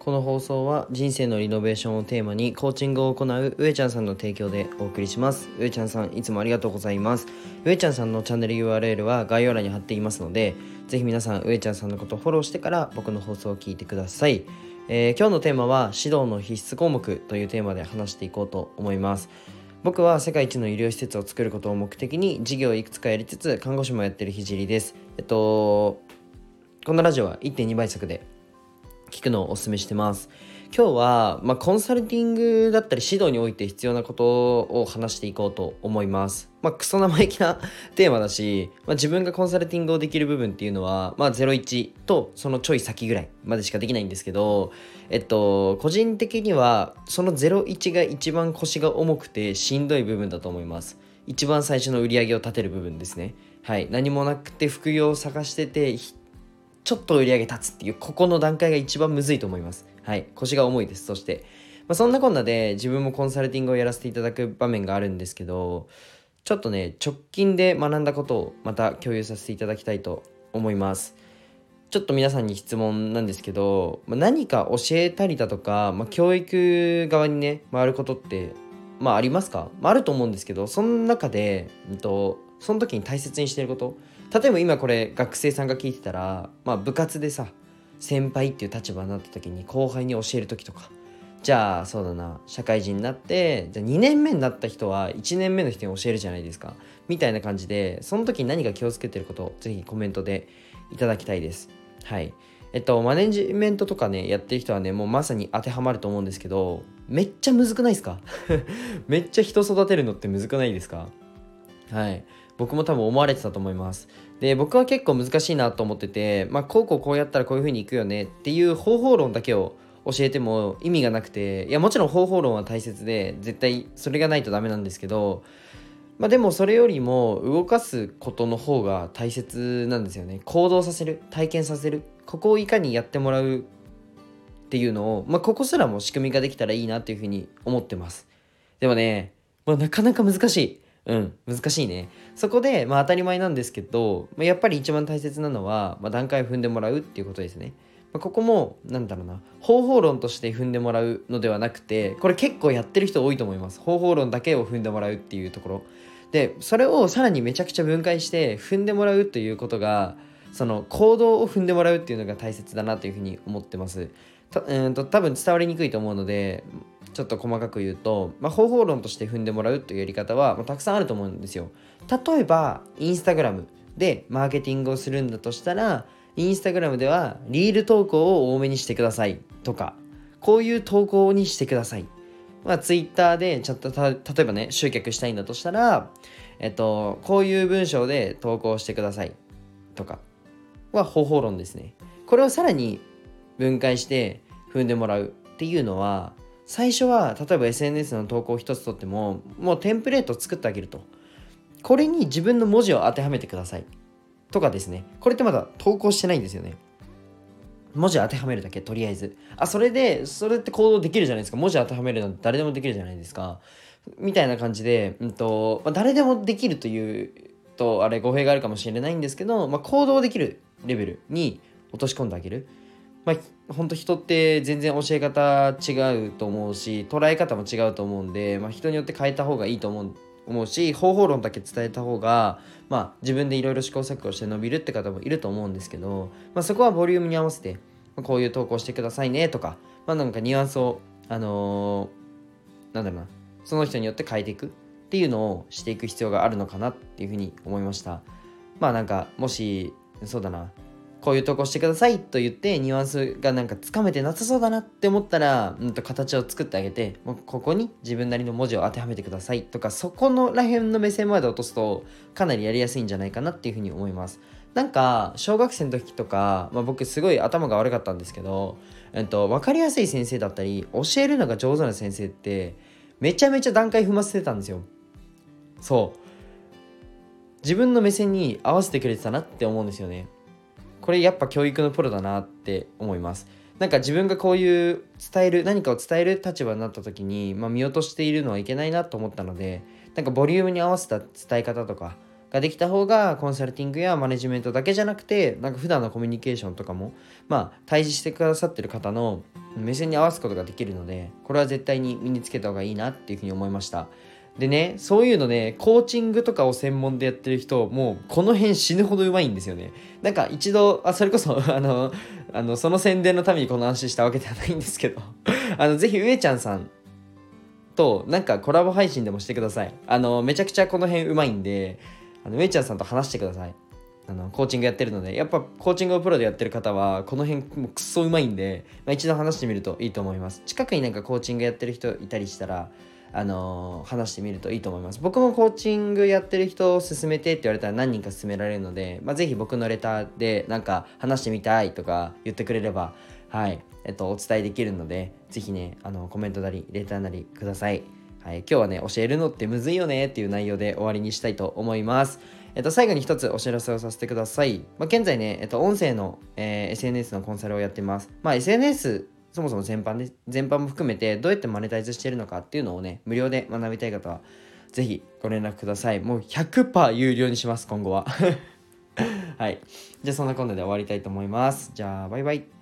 この放送は人生のリノベーションをテーマにコーチングを行う上ちゃんさんの提供でお送りします。上ちゃんさんいつもありがとうございます。上ちゃんさんのチャンネル URL は概要欄に貼っていますので、ぜひ皆さん上ちゃんさんのことをフォローしてから僕の放送を聞いてください。今日のテーマは指導の必須項目というテーマで話していこうと思います。僕は世界一の医療施設を作ることを目的に事業をいくつかやりつつ看護師もやってるひじりです。このラジオは 1.2 倍速で聞くのをお勧めしてます。今日は、コンサルティングだったり指導において必要なことを話していこうと思います。クソ生意気なテーマだし、自分がコンサルティングをできる部分っていうのは、01とそのちょい先ぐらいまでしかできないんですけど、個人的にはその01が一番腰が重くてしんどい部分だと思います。一番最初の売り上げを立てる部分ですね。はい、何もなくて副業を探しててちょっと売り上げ立つっていうここの段階が一番むずいと思います。はい、腰が重いです。そして、そんなこんなで自分もコンサルティングをやらせていただく場面があるんですけど、ちょっとね直近で学んだことをまた共有させていただきたいと思います。ちょっと皆さんに質問なんですけど、何か教えたりだとか、教育側にね回ることってありますか？あると思うんですけど、その中で、その時に大切にしていること、例えば今これ学生さんが聞いてたら、部活でさ先輩っていう立場になった時に後輩に教える時とか、じゃあそうだな、社会人になってじゃあ2年目になった人は1年目の人に教えるじゃないですか、みたいな感じで、その時に何か気をつけてることをぜひコメントでいただきたいです。はい。マネジメントとかねやってる人はねもうまさに当てはまると思うんですけど、めっちゃむずくないですか？めっちゃ人育てるのってむずくないですか？はい、僕も多分思われてたと思います。で、僕は結構難しいなと思ってて、こうやったらこういう風にいくよねっていう方法論だけを教えても意味がなくて、いやもちろん方法論は大切で絶対それがないとダメなんですけど、でもそれよりも動かすことの方が大切なんですよね。行動させる、体験させる、ここをいかにやってもらうっていうのを、ここすらも仕組みができたらいいなっていう風に思ってます。でもね、なかなか難しい。難しいね。そこで、当たり前なんですけど、やっぱり一番大切なのは、段階を踏んでもらうっていうことですね。ここも、方法論として踏んでもらうのではなくて、これ結構やってる人多いと思います。方法論だけを踏んでもらうっていうところ。で、それをさらにめちゃくちゃ分解して踏んでもらうということが、その行動を踏んでもらうっていうのが大切だなというふうに思ってます。多分伝わりにくいと思うので、ちょっと細かく言うと、方法論として踏んでもらうというやり方は、たくさんあると思うんですよ。例えばインスタグラムでマーケティングをするんだとしたら、インスタグラムではリール投稿を多めにしてくださいとか、こういう投稿にしてください。ツイッターでちょっと例えばね集客したいんだとしたら、こういう文章で投稿してくださいとかは方法論ですね。これをさらに分解して踏んでもらうっていうのは、最初は例えば SNS の投稿一つとってももうテンプレートを作ってあげると、これに自分の文字を当てはめてくださいとかですね。これってまだ投稿してないんですよね。文字当てはめるだけ、とりあえずそれって行動できるじゃないですか。文字当てはめるなんて誰でもできるじゃないですか、みたいな感じで、誰でもできるというとあれ語弊があるかもしれないんですけど、行動できるレベルに落とし込んであげる。本当人って全然教え方違うと思うし、捉え方も違うと思うんで、人によって変えた方がいいと思うし、方法論だけ伝えた方が、自分でいろいろ試行錯誤して伸びるって方もいると思うんですけど、そこはボリュームに合わせて、こういう投稿してくださいねとか、なんかニュアンスをその人によって変えていくっていうのをしていく必要があるのかなっていうふうに思いました。もしそうだな、こういう投稿してくださいと言ってニュアンスがつかめてなさそうだなって思ったら、形を作ってあげて、もうここに自分なりの文字を当てはめてくださいとか、そこのらへんの目線まで落とすとかなりやりやすいんじゃないかなっていうふうに思います。小学生の時とか、僕すごい頭が悪かったんですけど、分かりやすい先生だったり教えるのが上手な先生ってめちゃめちゃ段階踏ませてたんですよ。そう、自分の目線に合わせてくれてたなって思うんですよね。これやっぱ教育のプロだなって思います。自分がこういう何かを伝える立場になった時に、見落としているのはいけないなと思ったので、ボリュームに合わせた伝え方とか、 ができた方がコンサルティングやマネジメントだけじゃなくて、なんか普段のコミュニケーションとかも対峙してくださってる方の目線に合わすことができるので、これは絶対に身につけた方がいいなっていうふうに思いました。でね、そういうのね、コーチングとかを専門でやってる人、もうこの辺死ぬほどうまいんですよね。なんか一度、それこそその宣伝のためにこの話したわけではないんですけどぜひ上ちゃんさんとなんかコラボ配信でもしてください。めちゃくちゃこの辺うまいんで、上ちゃんさんと話してください。コーチングやってるので、やっぱコーチングをプロでやってる方はこの辺もうクソうまいんで、一度話してみるといいと思います。近くになんかコーチングやってる人いたりしたら話してみるといいと思います。僕もコーチングやってる人を勧めてって言われたら何人か勧められるので、ぜひ僕のレターでなんか話してみたいとか言ってくれれば、お伝えできるので、ぜひねコメントなりレターなりください。今日はね、教えるのってむずいよねっていう内容で終わりにしたいと思います。最後に一つお知らせをさせてください。現在ね、音声の、SNS のコンサルをやってます。SNSそもそも全般も含めてどうやってマネタイズしているのかっていうのをね、無料で学びたい方はぜひご連絡ください。もう 100% 有料にします、今後は。はい。じゃあそんなこんなで終わりたいと思います。じゃあバイバイ。